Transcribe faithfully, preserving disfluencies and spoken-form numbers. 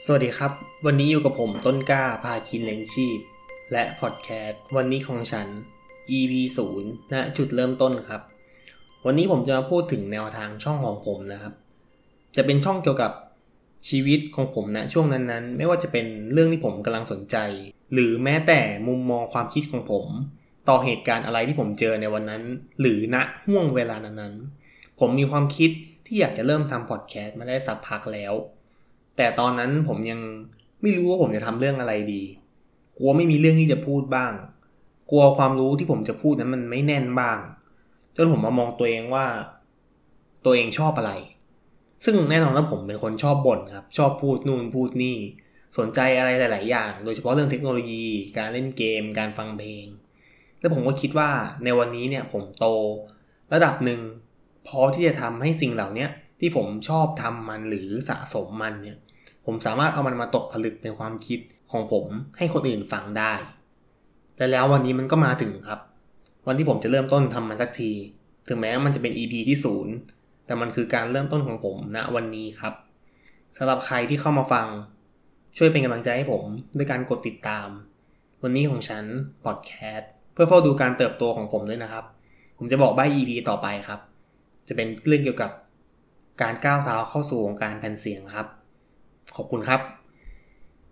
วัสดีครับวันนี้อยู่กับผมต้นกล้าพาคินเลี้ยงชีพและพอดแคสต์วันนี้ของฉัน อี พี ศูนย์ ณ จุดเริ่มต้นครับวันนี้ผมจะมาพูดถึงแนวทางช่องของผมนะครับจะเป็นช่องเกี่ยวกับชีวิตของผมณช่วงนั้นๆไม่ว่าจะเป็นเรื่องที่ผมกำลังสนใจหรือแม้แต่มุมมองความคิดของผมต่อเหตุการณ์อะไรที่ผมเจอในวันนั้นหรือณห่วงเวลานั้นๆผมมีความคิดที่อยากจะเริ่มทำพอดแคสต์มาได้สักพักแล้วแต่ตอนนั้นผมยังไม่รู้ว่าผมจะทำเรื่องอะไรดีกลัวไม่มีเรื่องที่จะพูดบ้างกลัวความรู้ที่ผมจะพูดนั้นมันไม่แน่นบ้างจนผมมามองตัวเองว่าตัวเองชอบอะไรซึ่งแน่นอนว่าผมเป็นคนชอบบ่นครับชอบพูดนู่นพูดนี่สนใจอะไรหลายๆอย่างโดยเฉพาะเรื่องเทคโนโลยีการเล่นเกมการฟังเพลงแล้วผมก็คิดว่าในวันนี้เนี่ยผมโตระดับหนึ่งพอที่จะทำให้สิ่งเหล่านี้ที่ผมชอบทำมันหรือสะสมมันเนี่ยผมสามารถเอามันมาตกผลึกเป็นความคิดของผมให้คนอื่นฟังได้และแล้ววันนี้มันก็มาถึงครับวันที่ผมจะเริ่มต้นทำมันสักทีถึงแม้มันจะเป็น อี พี ที่ศูนย์แต่มันคือการเริ่มต้นของผมณวันนี้ครับสำหรับใครที่เข้ามาฟังช่วยเป็นกำลังใจให้ผมด้วยการกดติดตามวันนี้ของฉันพอดแคสต์เพื่อเฝ้าดูการเติบโตของผมด้วยนะครับผมจะบอกใบ้ อี พี ต่อไปครับจะเป็นเรื่องเกี่ยวกับการก้าวเท้าเข้าสู่วงการแผ่นเสียงครับขอบคุณครับ